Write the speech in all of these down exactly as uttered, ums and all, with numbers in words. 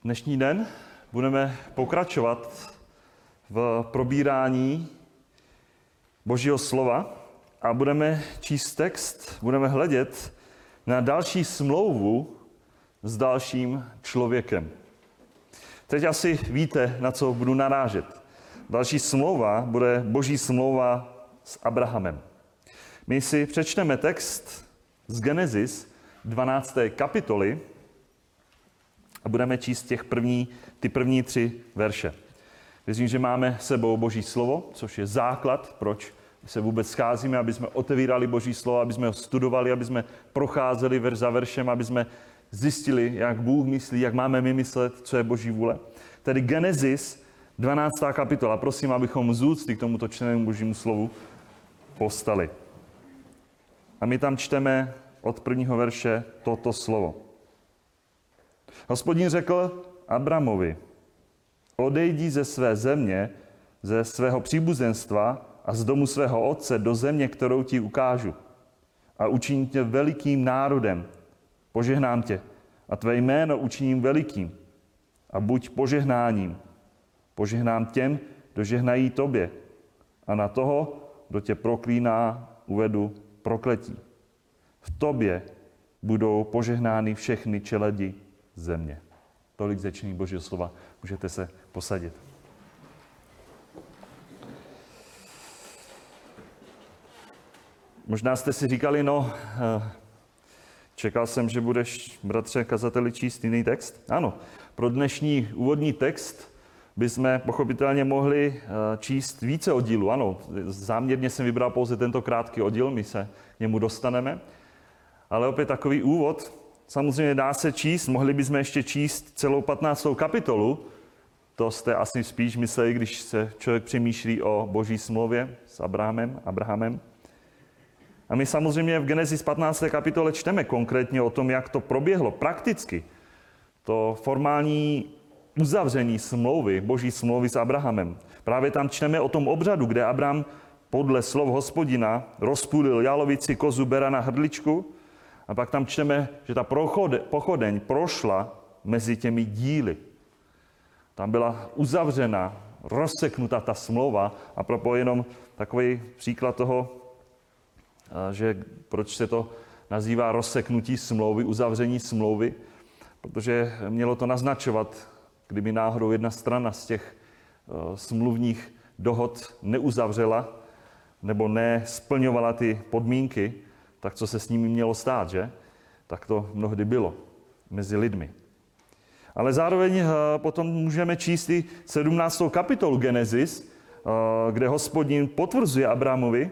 Dnešní den budeme pokračovat v probírání Božího slova a budeme číst text, budeme hledět na další smlouvu s dalším člověkem. Teď asi víte, na co budu narážet. Další smlouva bude Boží smlouva s Abrahamem. My si přečteme text z Genesis dvanácté kapitoly a budeme číst těch první, ty první tři verše. Věřím, že máme s sebou Boží slovo, což je základ, proč se vůbec scházíme, aby jsme otevírali Boží slovo, aby jsme ho studovali, aby jsme procházeli verš za veršem, aby jsme zjistili, jak Bůh myslí, jak máme my myslet, co je Boží vůle. Tedy Genesis dvanáctá kapitola. Prosím, abychom z úcty k tomuto čtenému Božímu slovu povstali. A my tam čteme od prvního verše toto slovo. Hospodin řekl Abramovi, odejdi ze své země, ze svého příbuzenstva a z domu svého otce do země, kterou ti ukážu. A učiním tě velikým národem. Požehnám tě a tvé jméno učiním velikým. A buď požehnáním. Požehnám těm, kdo žehnají tobě. A na toho, kdo tě proklíná, uvedu prokletí. V tobě budou požehnány všechny čeledi země. Tolik začení Božího slova. Můžete se posadit. Možná jste si říkali, no, čekal jsem, že budeš, bratře kazateli, číst jiný text. Ano, pro dnešní úvodní text bychom pochopitelně mohli číst více oddílů. Ano, záměrně jsem vybral pouze tento krátký oddíl, my se k němu dostaneme. Ale opět takový úvod, samozřejmě dá se číst, mohli bychom ještě číst celou patnáctou kapitolu. To jste asi spíš mysleli, když se člověk přemýšlí o Boží smlouvě s Abrahamem, Abrahamem. A my samozřejmě v Genesis patnácté kapitole čteme konkrétně o tom, jak to proběhlo prakticky. To formální uzavření smlouvy, Boží smlouvy s Abrahamem. Právě tam čteme o tom obřadu, kde Abraham podle slov Hospodina rozpůlil jalovici, kozu, berana, hrdličku. A pak tam čteme, že ta prochode, pochodeň prošla mezi těmi díly. Tam byla uzavřena, rozseknuta ta smlouva. A proto jenom takový příklad toho, že proč se to nazývá rozseknutí smlouvy, uzavření smlouvy, protože mělo to naznačovat, kdyby náhodou jedna strana z těch uh, smluvních dohod neuzavřela nebo nesplňovala ty podmínky, tak co se s nimi mělo stát, že? Tak to mnohdy bylo mezi lidmi. Ale zároveň uh, potom můžeme číst i sedmnáctou kapitolu Genesis, uh, kde Hospodin potvrzuje Abrahamovi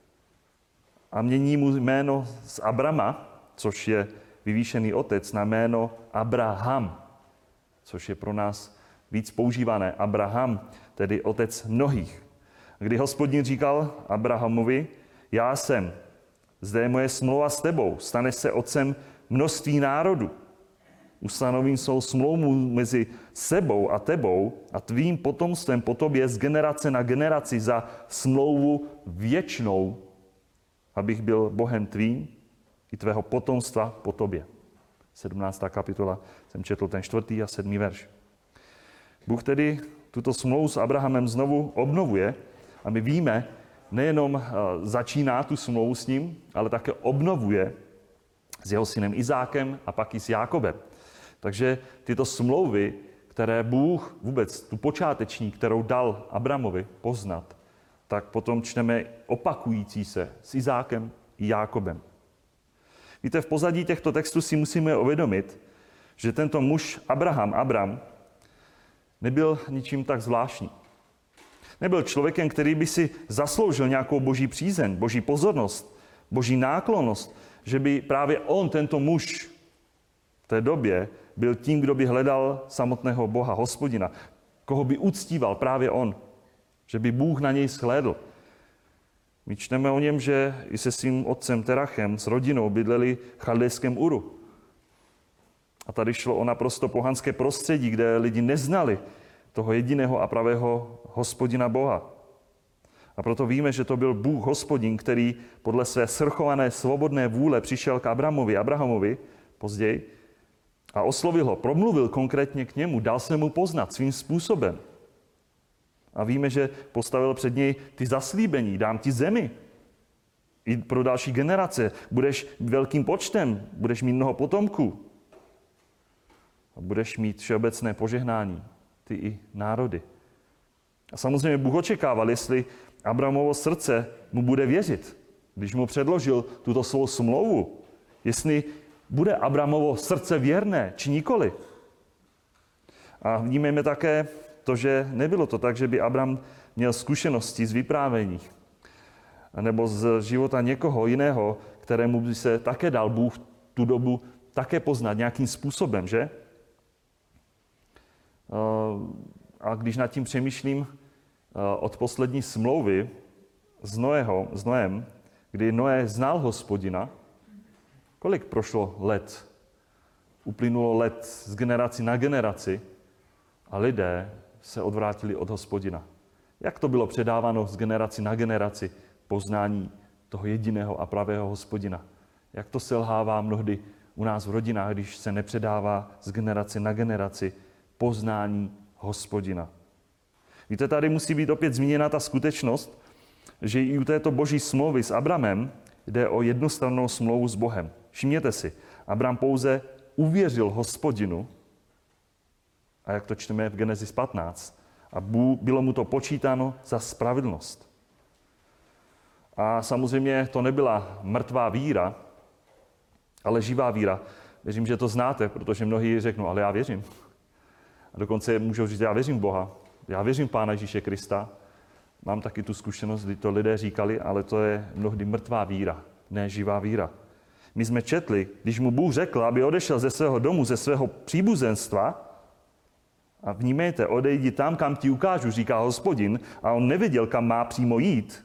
a mění mu jméno z Abrama, což je vyvýšený otec, na jméno Abraham, což je pro nás víc používané. Abraham, tedy otec mnohých. Kdy Hospodin říkal Abrahamovi, já jsem, zde je moje smlouva s tebou, staneš se otcem množství národů. Ustanovím svou smlouvu mezi sebou a tebou a tvým potomstvem po tobě z generace na generaci za smlouvu věčnou, abych byl Bohem tvým i tvého potomstva po tobě. sedmnáctá kapitola jsem četl ten čtvrtý a sedmý verš. Bůh tedy tuto smlouvu s Abrahamem znovu obnovuje a my víme, nejenom začíná tu smlouvu s ním, ale také obnovuje s jeho synem Izákem a pak i s Jákobem. Takže tyto smlouvy, které Bůh vůbec, tu počáteční, kterou dal Abramovi poznat, tak potom čteme opakující se s Izákem i Jákobem. Víte, v pozadí těchto textů si musíme uvědomit, že tento muž Abraham, Abram, nebyl ničím tak zvláštní. Nebyl člověkem, který by si zasloužil nějakou boží přízeň, boží pozornost, boží náklonnost, že by právě on, tento muž v té době, byl tím, kdo by hledal samotného Boha, Hospodina, koho by uctíval právě on, že by Bůh na něj shlédl. My čteme o něm, že i se svým otcem Terachem s rodinou bydleli v chaldejském Uru. A tady šlo o naprosto pohanské prostředí, kde lidi neznali toho jediného a pravého Hospodina Boha. A proto víme, že to byl Bůh Hospodin, který podle své svrchované svobodné vůle přišel k Abramovi, Abrahamovi později a oslovil ho, promluvil konkrétně k němu, dal se mu poznat svým způsobem. A víme, že postavil před něj ty zaslíbení, dám ti zemi i pro další generace. Budeš velkým počtem, budeš mít mnoho potomků. A budeš mít všeobecné požehnání, ty i národy. A samozřejmě Bůh očekával, jestli Abrahamovo srdce mu bude věřit, když mu předložil tuto svou smlouvu. Jestli bude Abrahamovo srdce věrné, či nikoli. A vnímejme také to, že nebylo to tak, že by Abraham měl zkušenosti z vyprávění nebo z života někoho jiného, kterému by se také dal Bůh tu dobu také poznat nějakým způsobem, že? A když nad tím přemýšlím od poslední smlouvy s, Noého, s Noem, kdy Noé znal Hospodina, kolik prošlo let? Uplynulo let z generaci na generaci a lidé se odvrátili od Hospodina. Jak to bylo předáváno z generaci na generaci poznání toho jediného a pravého Hospodina? Jak to selhává mnohdy u nás v rodinách, když se nepředává z generace na generaci poznání Hospodina? Víte, tady musí být opět zmíněna ta skutečnost, že i u této boží smlouvy s Abramem jde o jednostrannou smlouvu s Bohem. Všimněte si, Abram pouze uvěřil Hospodinu, a jak to čteme v Genesis patnáct, a bylo mu to počítáno za spravedlnost. A samozřejmě to nebyla mrtvá víra, ale živá víra. Věřím, že to znáte, protože mnohí řeknou, ale já věřím. A dokonce můžou říct, já věřím v Boha, já věřím v Pána Ježíše Krista. Mám taky tu zkušenost, kdy to lidé říkali, ale to je mnohdy mrtvá víra, ne živá víra. My jsme četli, když mu Bůh řekl, aby odešel ze svého domu, ze svého příbuzenstva, a vnímejte, odejdi tam, kam ti ukážu, říká Hospodin, a on nevěděl, kam má přímo jít.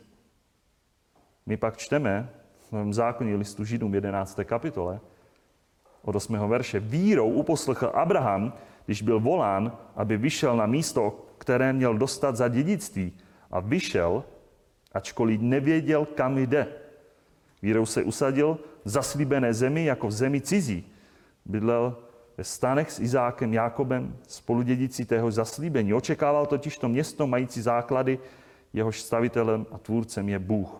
My pak čteme v Novém zákoně listu Židům jedenácté kapitole od osmého verše. Vírou uposlechl Abraham, když byl volán, aby vyšel na místo, které měl dostat za dědictví. A vyšel, ačkoliv nevěděl, kam jde. Vírou se usadil v zaslíbené zemi jako v zemi cizí. Bydlel ve stanech s Izákem, Jákobem, spoludědicí tého zaslíbení. Očekával totiž to město mající základy, jehož stavitelem a tvůrcem je Bůh.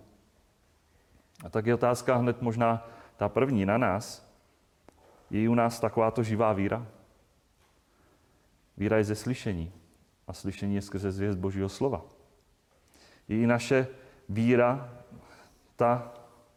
A tak je otázka hned možná ta první na nás. Je u nás takováto živá víra? Víra je ze slyšení. A slyšení je skrze zvěst Božího slova. Je i naše víra ta,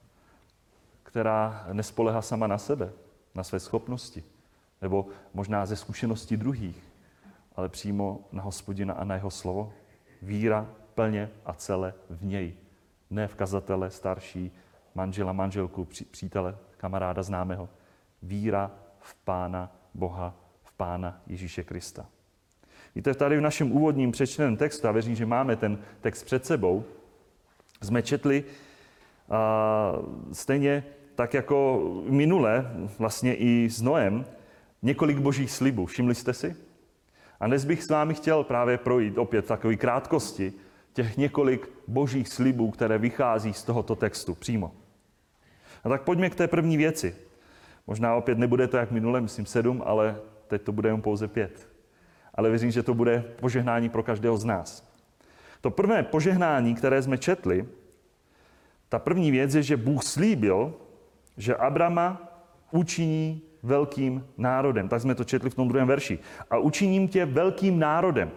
která nespolehá sama na sebe, na své schopnosti, nebo možná ze zkušeností druhých, ale přímo na Hospodina a na jeho slovo. Víra plně a celé v něj. Ne v kazatele, starší, manžela, manželku, přítele, kamaráda, známého. Víra v Pána Boha, v Pána Ježíše Krista. Víte, tady v našem úvodním přečteném textu, a věřím, že máme ten text před sebou, jsme četli a stejně tak jako minule, vlastně i s Noem, několik božích slibů. Všimli jste si? A dnes bych s vámi chtěl právě projít opět v takové krátkosti těch několik božích slibů, které vychází z tohoto textu přímo. A tak pojďme k té první věci. Možná opět nebude to jak minule, myslím sedm, ale teď to bude jen pouze pět. Ale věřím, že to bude požehnání pro každého z nás. To prvé požehnání, které jsme četli, ta první věc je, že Bůh slíbil, že Abrama učiní velkým národem. Tak jsme to četli v tom druhém verši. A učiním tě velkým národem.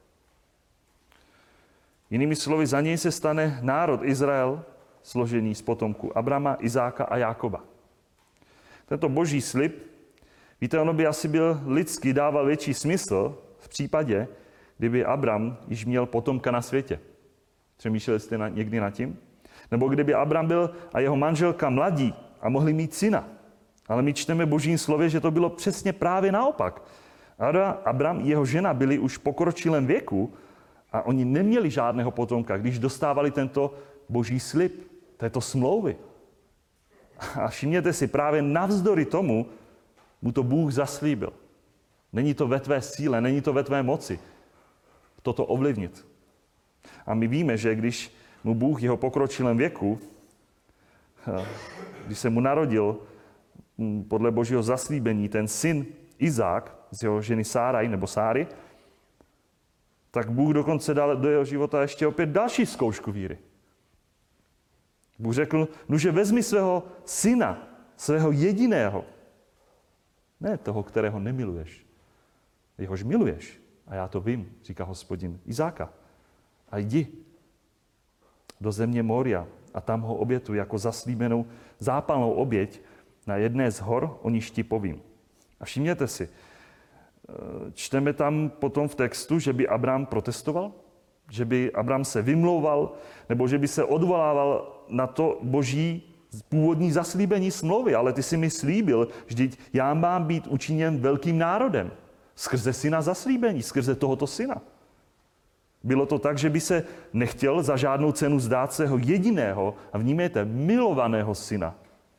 Jinými slovy, za něj se stane národ Izrael, složený z potomků Abrama, Izáka a Jákoba. Tento boží slib, víte, ono by asi byl lidsky dával větší smysl v případě, kdyby Abram již měl potomka na světě. Přemýšleli jste na, někdy nad tím? Nebo kdyby Abram byl a jeho manželka mladí a mohli mít syna. Ale my čteme v božím slově, že to bylo přesně právě naopak. Abram i jeho žena byli už v pokročilém věku a oni neměli žádného potomka, když dostávali tento boží slib, této smlouvy. A všimněte si, právě navzdory tomu mu to Bůh zaslíbil. Není to ve tvé síle, není to ve tvé moci toto ovlivnit. A my víme, že když mu Bůh jeho pokročilém věku, když se mu narodil podle božího zaslíbení ten syn Izák z jeho ženy Sáraj nebo Sáry, tak Bůh dokonce dal do jeho života ještě opět další zkoušku víry. Bůh řekl, nuže vezmi svého syna, svého jediného, ne toho, kterého nemiluješ, jehož miluješ, a já to vím, říká Hospodin, Izáka, a jdi do země Moria a tam ho obětuj jako zaslíbenou zápalnou oběť na jedné z hor, o níž ti povím. A všimněte si, čteme tam potom v textu, že by Abraham protestoval, že by Abraham se vymlouval, nebo že by se odvolával na to boží původní zaslíbení smlouvy. Ale ty si mi slíbil, vždyť já mám být učiněn velkým národem. Skrze syna zaslíbení, skrze tohoto syna. Bylo to tak, že by se nechtěl za žádnou cenu zdát svého jediného, a vnímejte, milovaného syna.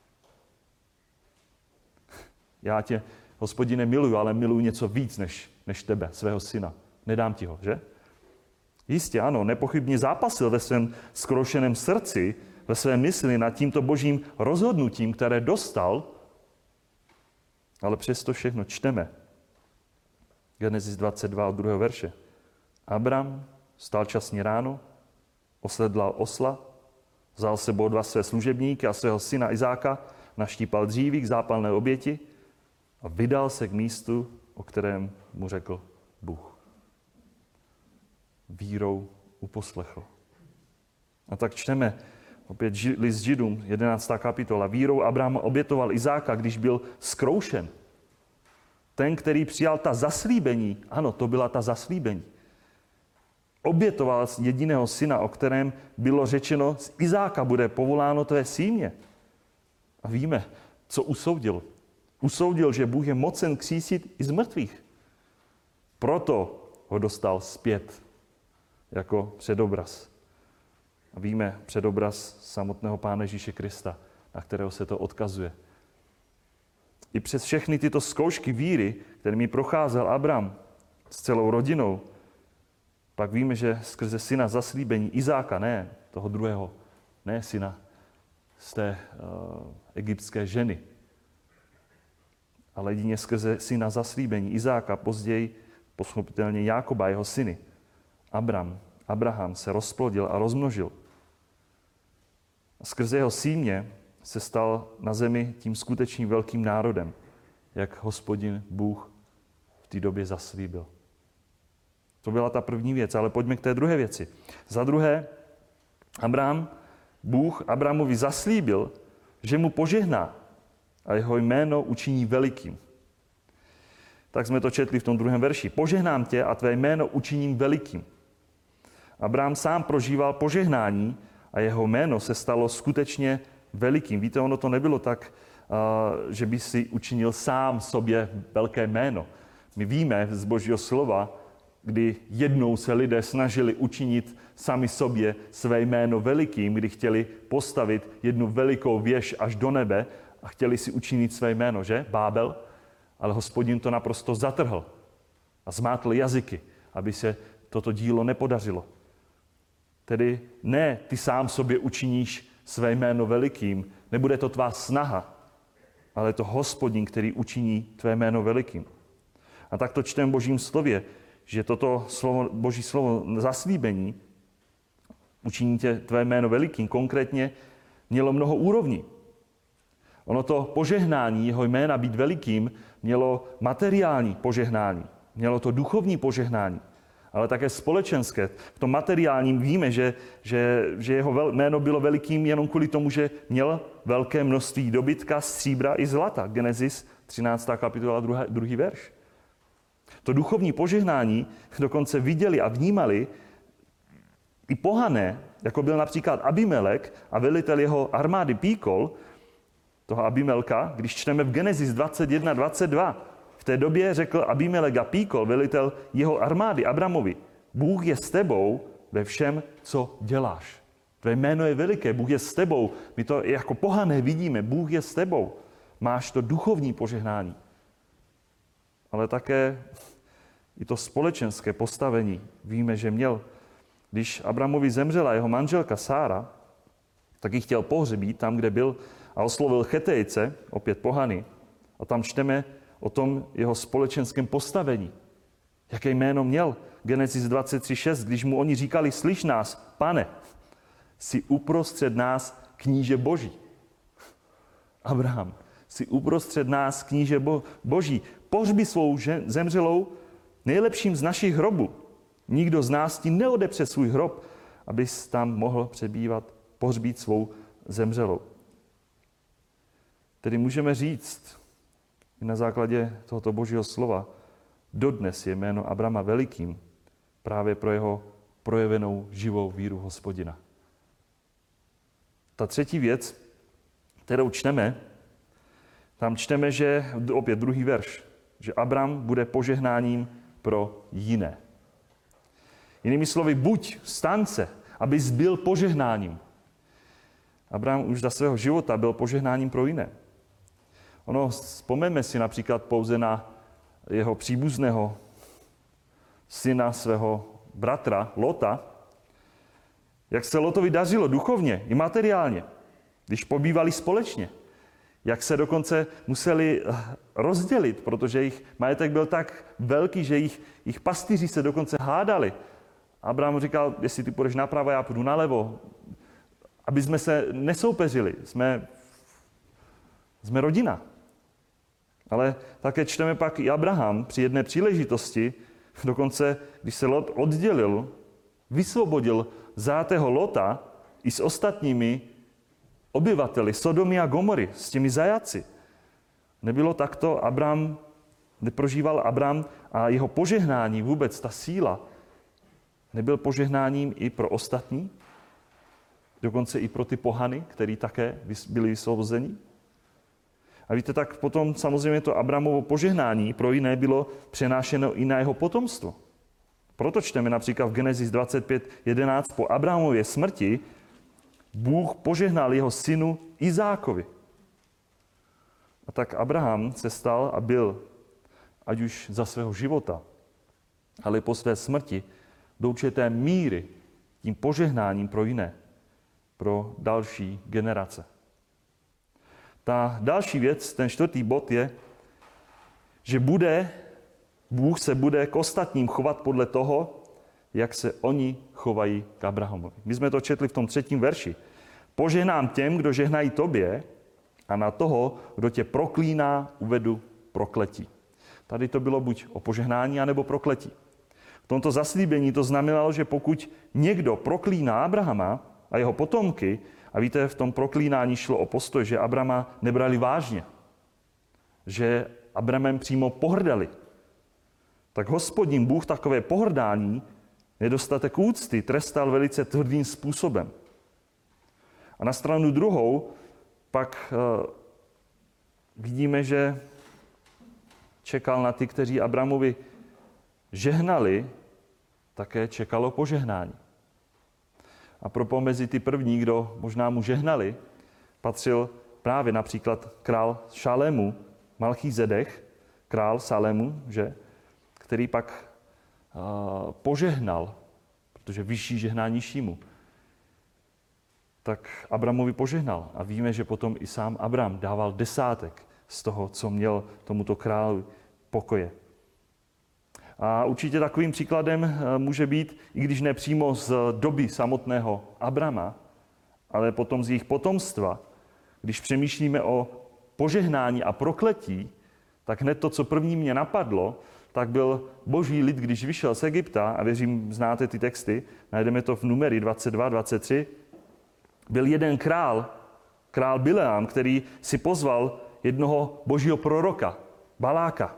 Já tě, Hospodine, miluju, ale miluju něco víc než, než tebe, svého syna. Nedám ti ho, že? Jistě, ano, nepochybně zápasil ve svém zkroušeném srdci, ve své mysli nad tímto božím rozhodnutím, které dostal, ale přesto všechno čteme. Genesis dvacet dva od druhého verše. Abram vstal časně ráno, osedlal osla, vzal sebou dva své služebníky a svého syna Izáka, naštípal dříví k zápalné oběti a vydal se k místu, o kterém mu řekl Bůh. Vírou uposlechl. A tak čteme opět list Židům, jedenáctá kapitola. Vírou Abraham obětoval Izáka, když byl zkroušen. Ten, který přijal ta zaslíbení, ano, to byla ta zaslíbení, obětoval jediného syna, o kterém bylo řečeno, z Izáka bude povoláno tvé símě. A víme, co usoudil. Usoudil, že Bůh je mocen křísit i z mrtvých. Proto ho dostal zpět jako předobraz. A víme předobraz samotného Pána Ježíše Krista, na kterého se to odkazuje. I přes všechny tyto zkoušky víry, kterými procházel Abram s celou rodinou, pak víme, že skrze syna zaslíbení Izáka, ne toho druhého, ne syna z té uh, egyptské ženy, ale jedině skrze syna zaslíbení Izáka, později pochopitelně Jákoba, jeho syny. Abram, Abraham se rozplodil a rozmnožil. A skrze jeho símě se stal na zemi tím skutečným velkým národem, jak Hospodin Bůh v té době zaslíbil. To byla ta první věc, ale pojďme k té druhé věci. Za druhé, Abraham, Bůh Abrahamovi zaslíbil, že mu požehná a jeho jméno učiní velikým. Tak jsme to četli v tom druhém verši. Požehnám tě a tvé jméno učiním velikým. Abraham sám prožíval požehnání a jeho jméno se stalo skutečně velikým. Víte, ono to nebylo tak, že by si učinil sám sobě velké jméno. My víme z Božího slova, kdy jednou se lidé snažili učinit sami sobě své jméno velikým, kdy chtěli postavit jednu velikou věž až do nebe a chtěli si učinit své jméno, že? Bábel. Ale Hospodin to naprosto zatrhl a zmátl jazyky, aby se toto dílo nepodařilo. Tedy ne, ty sám sobě učiníš své jméno velikým, nebude to tvá snaha, ale to Hospodin, který učiní tvé jméno velikým. A tak to čteme v Božím slově, že toto slovo, Boží slovo zaslíbení učiní tě tvé jméno velikým, konkrétně mělo mnoho úrovní. Ono to požehnání jeho jména být velikým mělo materiální požehnání, mělo to duchovní požehnání, ale také společenské. V tom materiálním víme, že, že, že jeho jméno bylo velikým jenom kvůli tomu, že měl velké množství dobytka, stříbra i zlata. Genesis třináctá kapitola, druhý, druhý verš. To duchovní požehnání dokonce viděli a vnímali i pohané, jako byl například Abimelek a velitel jeho armády Píkol, toho Abimelka, když čteme v Genesis dvacet jedna dvacet dva. V té době řekl Abimelek a Píkol, velitel jeho armády Abramovi, Bůh je s tebou ve všem, co děláš. Tvé jméno je veliké, Bůh je s tebou. My to jako pohané vidíme, Bůh je s tebou. Máš to duchovní požehnání. Ale také i to společenské postavení víme, že měl. Když Abramovi zemřela jeho manželka Sára, tak ji chtěl pohřbít tam, kde byl, a oslovil Chetejce, opět pohany. A tam čteme, o tom jeho společenském postavení. Jaké jméno měl? Genesis dvacet tři šest, když mu oni říkali, slyš nás, Pane, jsi uprostřed nás kníže Boží. Abraham, jsi uprostřed nás kníže bo- Boží. Pohřbi svou zemřelou nejlepším z našich hrobů. Nikdo z nás ti neodepře svůj hrob, abys tam mohl přebývat, pohřbít svou zemřelou. Tedy můžeme říct, i na základě tohoto Božího slova, dodnes je jméno Abrama velikým právě pro jeho projevenou živou víru Hospodina. Ta třetí věc, kterou čteme, tam čteme, že opět druhý verš, že Abram bude požehnáním pro jiné. Jinými slovy, buď stan se, abys byl požehnáním. Abraham už za svého života byl požehnáním pro jiné. Ono, vzpomeňme si například pouze na jeho příbuzného syna, svého bratra Lota, jak se Lotovi dařilo duchovně i materiálně, když pobývali společně. Jak se dokonce museli rozdělit, protože jejich majetek byl tak velký, že jejich, jejich pastýři se dokonce hádali. Abraham říkal, jestli ty půjdeš napravo, já půjdu nalevo. Aby jsme se nesoupeřili. Jsme, jsme rodina. Ale také čteme pak i Abraham při jedné příležitosti, dokonce, když se Lot oddělil, vysvobodil zátého Lota i s ostatními obyvateli Sodomy a Gomory, s těmi zajaci. Nebylo takto Abraham, neprožíval Abraham a jeho požehnání, vůbec ta síla, nebyl požehnáním i pro ostatní, dokonce i pro ty pohany, který také byli vysvobozeni. A víte, tak potom samozřejmě to Abrahamovo požehnání pro jiné bylo přenášeno i na jeho potomstvo. Proto čteme například v Genesis dvacet pět jedenáct, po Abrahamově smrti Bůh požehnal jeho synu Izákovi. A tak Abraham se stal a byl, ať už za svého života, ale po své smrti, do určité míry tím požehnáním pro jiné, pro další generace. Ta další věc, ten čtvrtý bod je, že bude, Bůh se bude k ostatním chovat podle toho, jak se oni chovají k Abrahamovi. My jsme to četli v tom třetím verši. Požehnám těm, kdo žehnají tobě, a na toho, kdo tě proklíná, uvedu prokletí. Tady to bylo buď o požehnání, anebo prokletí. V tomto zaslíbení to znamenalo, že pokud někdo proklíná Abrahama a jeho potomky, a víte, v tom proklínání šlo o postoj, že Abrama nebrali vážně, že Abramem přímo pohrdali, tak Hospodin Bůh takové pohrdání, nedostatek úcty, trestal velice tvrdým způsobem. A na stranu druhou pak uh, vidíme, že čekal na ty, kteří Abramovi žehnali, také čekalo požehnání. A proto mezi ty první, kdo možná mu žehnali, patřil právě například král Šalému, Malchizedek, král Salému, že, který pak uh, požehnal, protože vyšší žehná nižšímu, tak Abramovi požehnal. A víme, že potom i sám Abram dával desátek z toho, co měl tomuto králi pokoje. A určitě takovým příkladem může být, i když ne přímo z doby samotného Abrama, ale potom z jejich potomstva, když přemýšlíme o požehnání a prokletí, tak hned to, co první mě napadlo, tak byl boží lid, když vyšel z Egypta, a věřím, znáte ty texty, najdeme to v Numery dvacet dva dvacet tři, byl jeden král, král Bileám, který si pozval jednoho božího proroka, Baláka.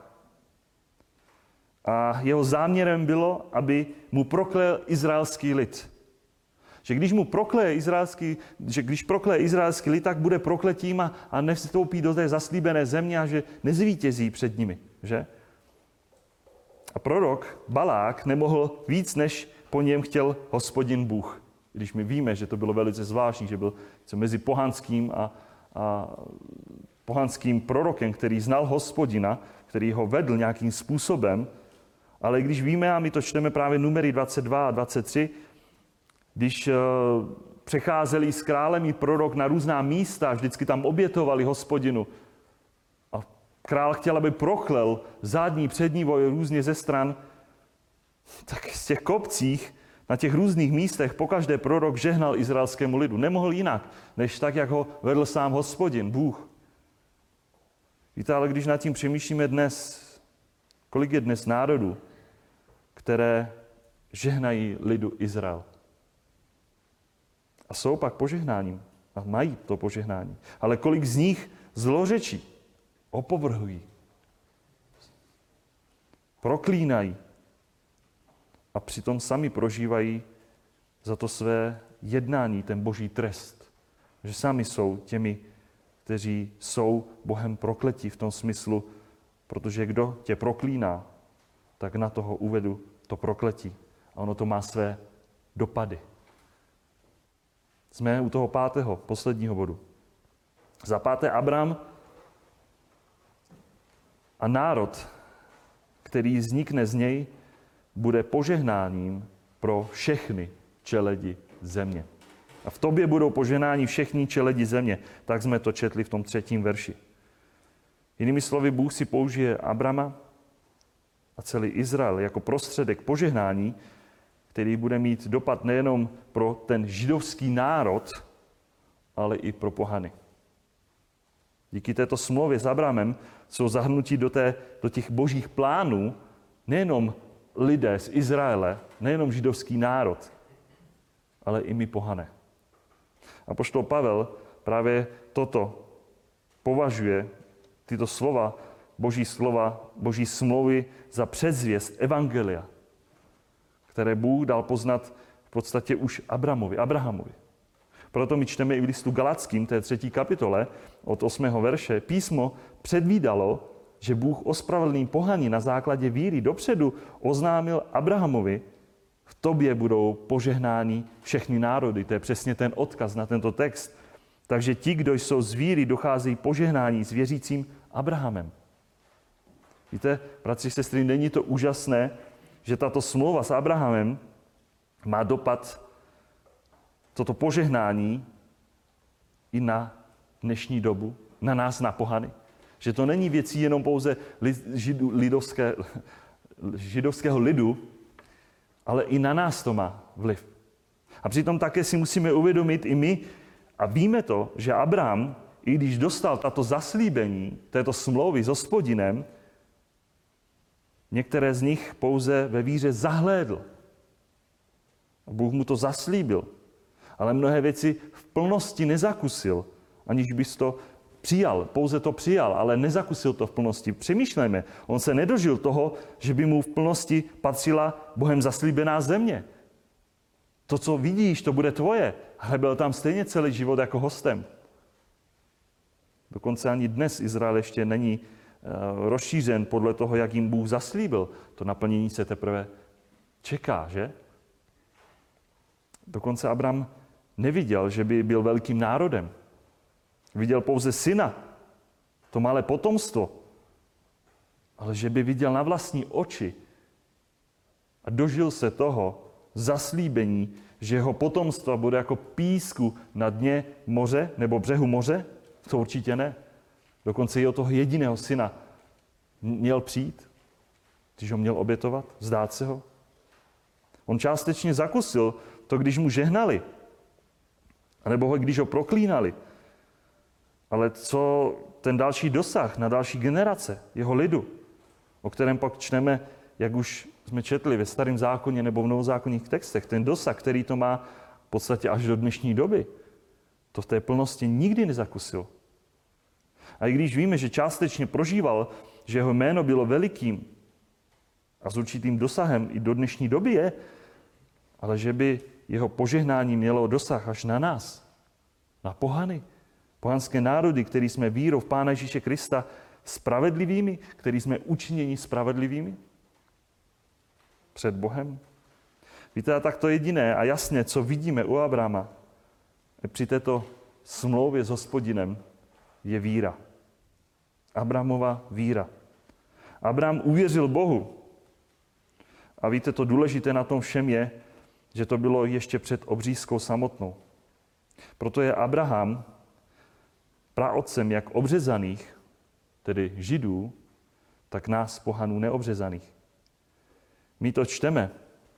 A jeho záměrem bylo, aby mu proklel izraelský lid. Že když mu prokleje izraelský, že když prokleje izraelský lid, tak bude prokletím a, a nevstoupí do té zaslíbené země a že nezvítězí před nimi. Že? A prorok Balák nemohl víc, než po něm chtěl Hospodin Bůh. Když my víme, že to bylo velice zvláštní, že byl mezi pohanským a, a pohanským prorokem, který znal Hospodina, který ho vedl nějakým způsobem, ale když víme, a my to čteme právě Numery dvacet dva a dvacet tři, když uh, přecházeli s králem i prorok na různá místa, vždycky tam obětovali Hospodinu. A král chtěl, aby prochlel zadní, přední voj různě ze stran, tak z těch kopcích, na těch různých místech pokaždé prorok žehnal izraelskému lidu. Nemohl jinak, než tak, jak ho vedl sám Hospodin, Bůh. Víte, ale když nad tím přemýšlíme dnes, kolik je dnes národů, které žehnají lidu Izrael. A jsou pak požehnáním. A mají to požehnání. Ale kolik z nich zlořečí, opovrhují, proklínají a přitom sami prožívají za to své jednání ten boží trest. Že sami jsou těmi, kteří jsou Bohem prokletí v tom smyslu, protože kdo tě proklíná, tak na toho uvedu to prokletí. A ono to má své dopady. Jsme u toho pátého, posledního bodu. Za páté Abram a národ, který vznikne z něj, bude požehnáním pro všechny čeledi země. A v tobě budou požehnáni všechny čeledi země. Tak jsme to četli v tom třetím verši. Jinými slovy, Bůh si použije Abrama a celý Izrael jako prostředek požehnání, který bude mít dopad nejenom pro ten židovský národ, ale i pro pohany. Díky této smlouvě s Abramem jsou zahrnutí do, té, do těch božích plánů nejenom lidé z Izraele, nejenom židovský národ, ale i my pohané. Apoštol Pavel právě toto považuje, tyto slova, boží slova, boží smlouvy za předzvěst evangelia, které Bůh dal poznat v podstatě už Abramovi, Abrahamovi. Proto my čteme i v listu Galackým, té třetí kapitole, od osmého verše, písmo předvídalo, že Bůh ospravedlný pohaní na základě víry dopředu oznámil Abrahamovi, v tobě budou požehnáni všechny národy. To je přesně ten odkaz na tento text. Takže ti, kdo jsou z víry, docházejí požehnání s věřícím Abrahamem. Víte, bratři, sestry, není to úžasné, že tato smlouva s Abrahamem má dopad, toto požehnání, i na dnešní dobu, na nás, na pohany. Že to není věcí jenom pouze lidovské, židovského lidu, ale i na nás to má vliv. A přitom také si musíme uvědomit i my, a víme to, že Abraham, i když dostal tato zaslíbení, této smlouvy s Hospodinem, některé z nich pouze ve víře zahlédl. Bůh mu to zaslíbil, ale mnohé věci v plnosti nezakusil, aniž bys to přijal, pouze to přijal, ale nezakusil to v plnosti. Přemýšlejme, on se nedožil toho, že by mu v plnosti patřila Bohem zaslíbená země. To, co vidíš, to bude tvoje, ale byl tam stejně celý život jako hostem. Dokonce ani dnes Izrael ještě není uh, rozšířen podle toho, jak jim Bůh zaslíbil. To naplnění se teprve čeká, že? Dokonce Abram neviděl, že by byl velkým národem. Viděl pouze syna, to malé potomstvo, ale že by viděl na vlastní oči a dožil se toho zaslíbení, že jeho potomstvo bude jako písku na dně moře nebo břehu moře, to určitě ne. Dokonce i o toho jediného syna měl přijít, když ho měl obětovat, vzdát se ho. On částečně zakusil to, když mu žehnali, anebo ho, když ho proklínali. Ale co ten další dosah na další generace, jeho lidu, o kterém pak čteme, jak už jsme četli ve Starém zákoně nebo v novozákonních textech, ten dosah, který to má v podstatě až do dnešní doby, to v té plnosti nikdy nezakusil. A i když víme, že částečně prožíval, že jeho jméno bylo velikým a s určitým dosahem i do dnešní doby je, ale že by jeho požehnání mělo dosah až na nás, na pohany, pohanské národy, který jsme vírou v Pána Ježíše Krista spravedlivými, který jsme učiněni spravedlivými před Bohem. Víte, a tak to jediné a jasně, co vidíme u Abrama při této smlouvě s Hospodinem, je víra. Abramova víra. Abram uvěřil Bohu. A víte, to důležité na tom všem je, že to bylo ještě před obřízkou samotnou. Proto je Abraham praotcem jak obřezaných, tedy Židů, tak nás pohanů neobřezaných. My to čteme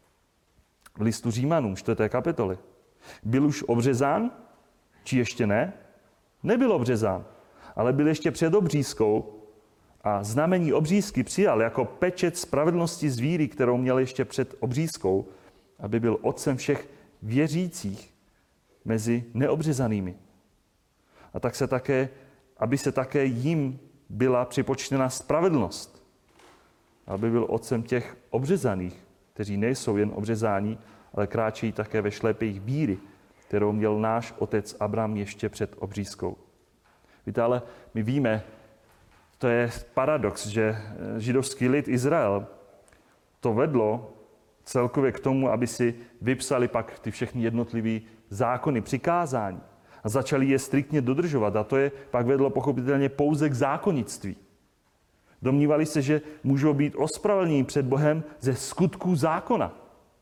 v listu Římanům, čtvrté kapitoly. Byl už obřezán, či ještě ne? Nebyl obřezán, ale byl ještě před obřízkou a znamení obřízky přijal jako pečet spravedlnosti z víry, kterou měl ještě před obřízkou, aby byl otcem všech věřících mezi neobřezanými. A tak se také, aby se také jim byla připočtena spravedlnost. Aby byl otcem těch obřezaných, kteří nejsou jen obřezáni, ale kráčejí také ve šlépějích víry, kterou měl náš otec Abraham ještě před obřízkou. Víte, ale my víme, to je paradox, že židovský lid Izrael to vedlo celkově k tomu, aby si vypsali pak ty všechny jednotlivé zákony, přikázání a začali je striktně dodržovat. A to je pak vedlo pochopitelně pouze k zákonnictví. Domnívali se, že můžou být ospravedlněni před Bohem ze skutků zákona.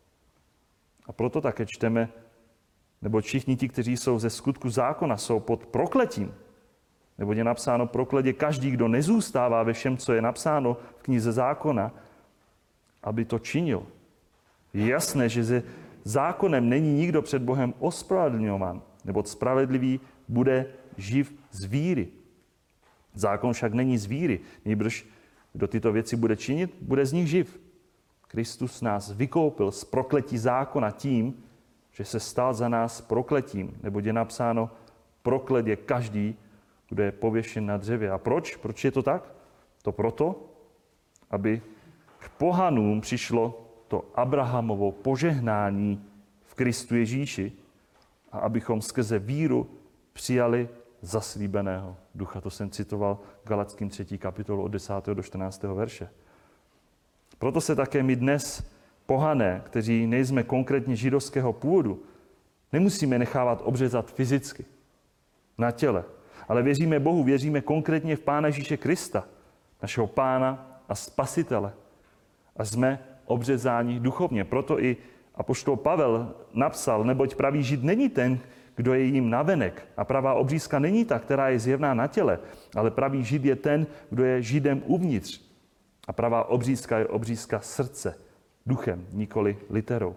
A proto také čteme, nebo všichni ti, kteří jsou ze skutku zákona, jsou pod prokletím. Nebo je napsáno prokletě každý, kdo nezůstává ve všem, co je napsáno v knize zákona, aby to činil. Je jasné, že se zákonem není nikdo před Bohem ospravedlňován, nebo spravedlivý bude živ z víry. Zákon však není z víry, nýbrž kdo tyto věci bude činit, bude z nich živ. Kristus nás vykoupil z prokletí zákona tím, že se stal za nás prokletím, nebo je napsáno, proklet je každý, kdo je pověšen na dřevě. A proč? Proč je to tak? To proto, aby k pohanům přišlo to Abrahamovo požehnání v Kristu Ježíši a abychom skrze víru přijali zaslíbeného ducha. To jsem citoval Galackým třetí kapitolu od desátého do čtrnáctého verše. Proto se také my dnes, pohané, kteří nejsme konkrétně židovského původu, nemusíme nechávat obřezat fyzicky, na těle, ale věříme Bohu, věříme konkrétně v Pána Ježíše Krista, našeho Pána a Spasitele. A jsme obřezáni duchovně. Proto i apoštol Pavel napsal, neboť pravý žid není ten, kdo je jim navenek. A pravá obřízka není ta, která je zjevná na těle, ale pravý žid je ten, kdo je židem uvnitř. A pravá obřízka je obřízka srdce, duchem, nikoli literou.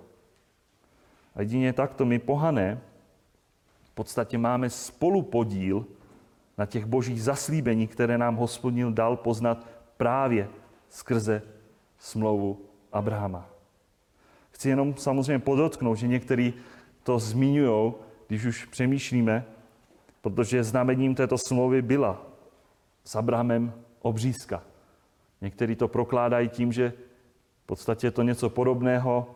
A jedině takto my pohané v podstatě máme spolupodíl na těch božích zaslíbení, které nám Hospodin dal poznat právě skrze smlouvu Abrahama. Chci jenom samozřejmě podotknout, že někteří to zmiňují, když už přemýšlíme, protože znamením této smlouvy byla s Abrahamem obřízka. Někteří to prokládají tím, že v podstatě je to něco podobného,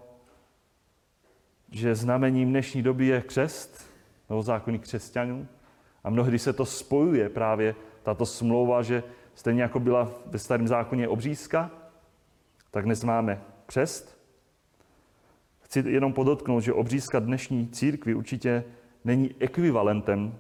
že znamením dnešní doby je křest, novozákonní křesťanů. A mnohdy se to spojuje právě tato smlouva, že stejně jako byla ve starém zákoně obřízka, tak dnes máme křest. Chci jenom podotknout, že obřízka dnešní církvi určitě není ekvivalentem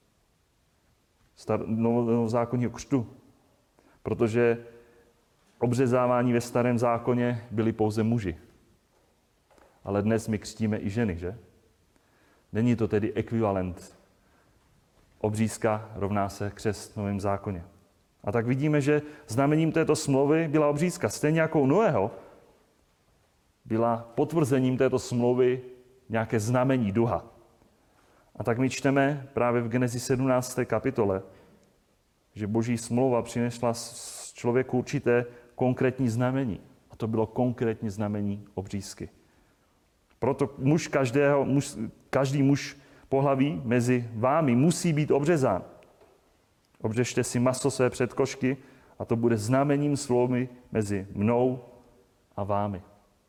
novozákonního křtu, protože obřezávání ve starém zákoně byli pouze muži. Ale dnes my křtíme i ženy, že? Není to tedy ekvivalent. Obřízka rovná se křest v novém zákoně. A tak vidíme, že znamením této smlouvy byla obřízka. Stejně jako u Noého byla potvrzením této smlouvy nějaké znamení duha. A tak my čteme právě v Genezi sedmnácté kapitole, že boží smlouva přinesla z člověku určité konkrétní znamení. A to bylo konkrétní znamení obřízky. Proto muž každého, muž, každý muž pohlaví mezi vámi musí být obřezán. Obřežte si maso své předkošky a to bude znamením smlouvy mezi mnou a vámi.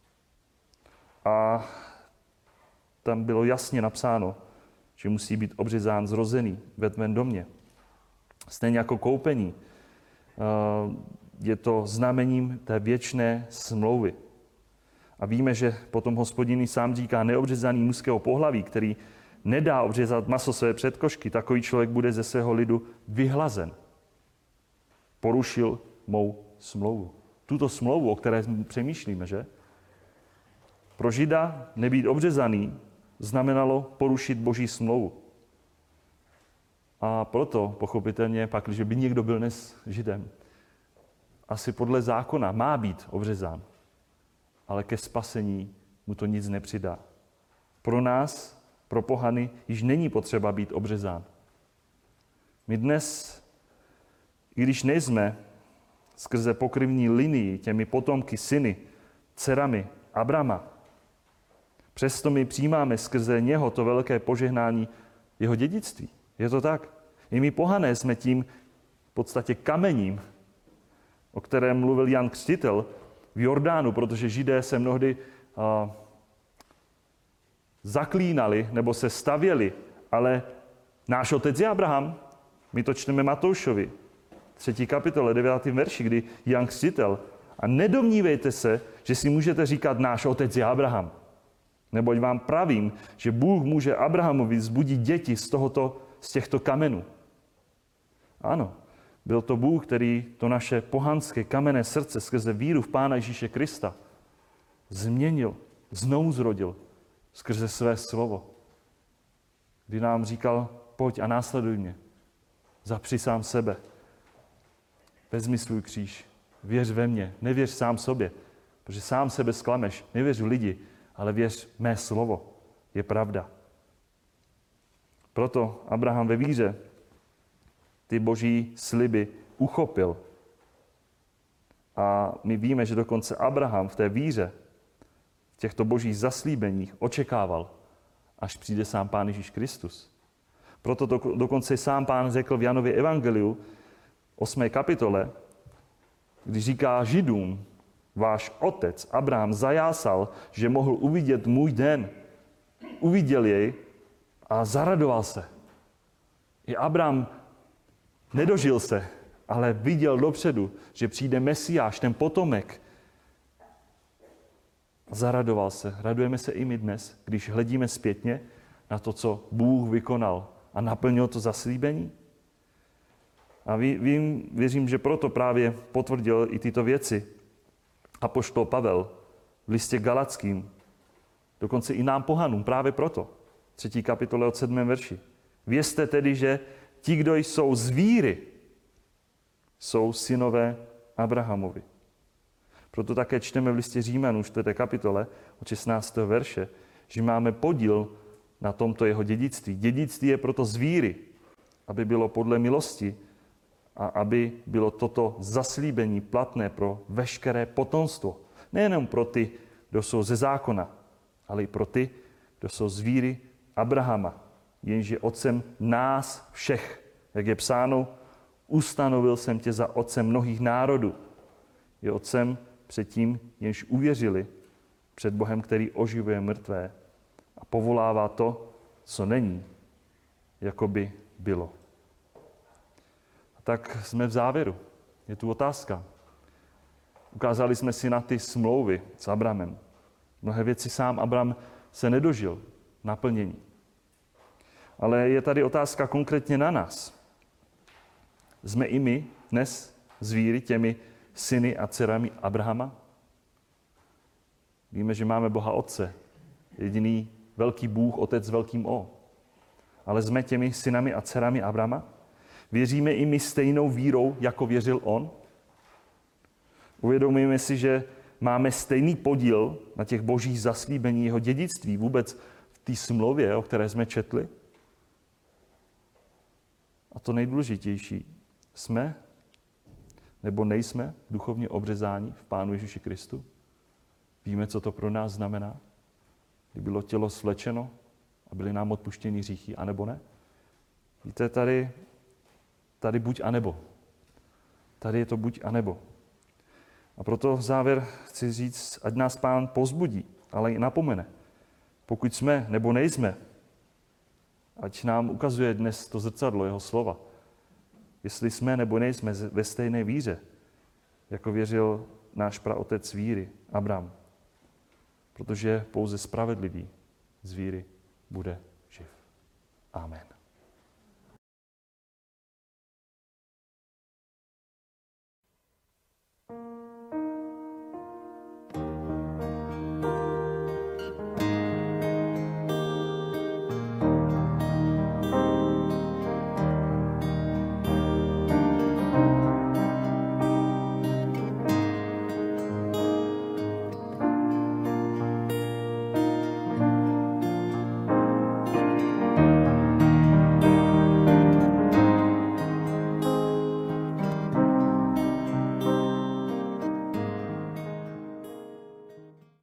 A tam bylo jasně napsáno, že musí být obřezán zrozený ve tvém domě. Stejně jako koupení. Je to znamením té věčné smlouvy. A víme, že potom Hospodin sám říká, neobřezaný mužského pohlaví, který nedá obřezat maso své předkošky, takový člověk bude ze svého lidu vyhlazen. Porušil mou smlouvu. Tuto smlouvu, o které přemýšlíme, že? Pro Žida nebýt obřezaný znamenalo porušit boží smlouvu. A proto, pochopitelně, pak, když by někdo byl dnes Židem, asi podle zákona má být obřezán, ale ke spasení mu to nic nepřidá. Pro nás, pro pohany, již není potřeba být obřezán. My dnes, i když nejsme skrze pokrevní linii těmi potomky, syny, dcerami Abrama, přesto my přijímáme skrze něho to velké požehnání jeho dědictví. Je to tak? I my pohané jsme tím v podstatě kamením, o kterém mluvil Jan Křtitel v Jordánu, protože Židé se mnohdy uh, zaklínali nebo se stavěli, ale náš otec je Abraham. My to čteme Matoušovi, třetí kapitole, devátý verši, kdy Jan Křtitel. A nedomnívejte se, že si můžete říkat, náš otec je Abraham. Neboť vám pravím, že Bůh může Abrahamovi vzbudit děti z, tohoto, z těchto kamenů. Ano, byl to Bůh, který to naše pohanské kamenné srdce skrze víru v Pána Ježíše Krista změnil, znovu zrodil skrze své slovo. Kdy nám říkal, pojď a následuj mě, zapři sám sebe, vezmi svůj kříž, věř ve mně, nevěř sám sobě, protože sám sebe zklameš, nevěř v lidi, ale věř mé slovo, je pravda. Proto Abraham ve víře ty boží sliby uchopil. A my víme, že dokonce Abraham v té víře, v těchto božích zaslíbeních očekával, až přijde sám Pán Ježíš Kristus. Proto to, dokonce sám Pán řekl v Janově evangeliu, osmé kapitole, když říká Židům, váš otec Abraham zajásal, že mohl uvidět můj den. Uviděl jej a zaradoval se. I Abraham nedožil se, ale viděl dopředu, že přijde Mesiáš, ten potomek. Zaradoval se. Radujeme se i my dnes, když hledíme zpětně na to, co Bůh vykonal a naplnil to zaslíbení. A vím, věřím, že proto právě potvrdil i tyto věci apoštol Pavel v listě Galackým, dokonce i nám pohanům, právě proto, třetí kapitole od sedmém verši. Vězte tedy, že ti, kdo jsou z víry, jsou synové Abrahamovi. Proto také čteme v listě Římanů, čtvrté kapitole od šestnáctého verše, že máme podíl na tomto jeho dědictví. Dědictví je proto z víry, aby bylo podle milosti a aby bylo toto zaslíbení platné pro veškeré potomstvo. Nejenom pro ty, kdo jsou ze zákona, ale i pro ty, kdo jsou z víry Abrahama, jenž je otcem nás všech. Jak je psáno, ustanovil jsem tě za otcem mnohých národů. Je otcem před tím, jenž uvěřili před Bohem, který oživuje mrtvé a povolává to, co není, jako by bylo. A tak jsme v závěru. Je tu otázka. Ukázali jsme si na ty smlouvy s Abrahamem. Mnohé věci sám Abraham se nedožil naplnění. Ale je tady otázka konkrétně na nás. Jsme i my dnes z víry těmi syny a dcerami Abrahama? Víme, že máme Boha Otce, jediný velký Bůh, Otec s velkým O. Ale jsme těmi synami a dcerami Abrahama? Věříme i my stejnou vírou, jako věřil on? Uvědomujeme si, že máme stejný podíl na těch božích zaslíbení, jeho dědictví, vůbec v té smlouvě, o které jsme četli? A to nejdůležitější, jsme nebo nejsme duchovně obřezáni v Pánu Ježíši Kristu? Víme, co to pro nás znamená? Kdy bylo tělo svlečeno a byly nám odpuštěny hříchy, anebo ne? Víte, tady, tady buď a nebo. Tady je to buď a nebo. A proto v závěr chci říct, ať nás Pán povzbudí, ale i napomene. Pokud jsme nebo nejsme, ať nám ukazuje dnes to zrcadlo jeho slova. Jestli jsme nebo nejsme ve stejné víře, jako věřil náš praotec víry, Abraham. Protože pouze spravedlivý z víry bude živ. Amen.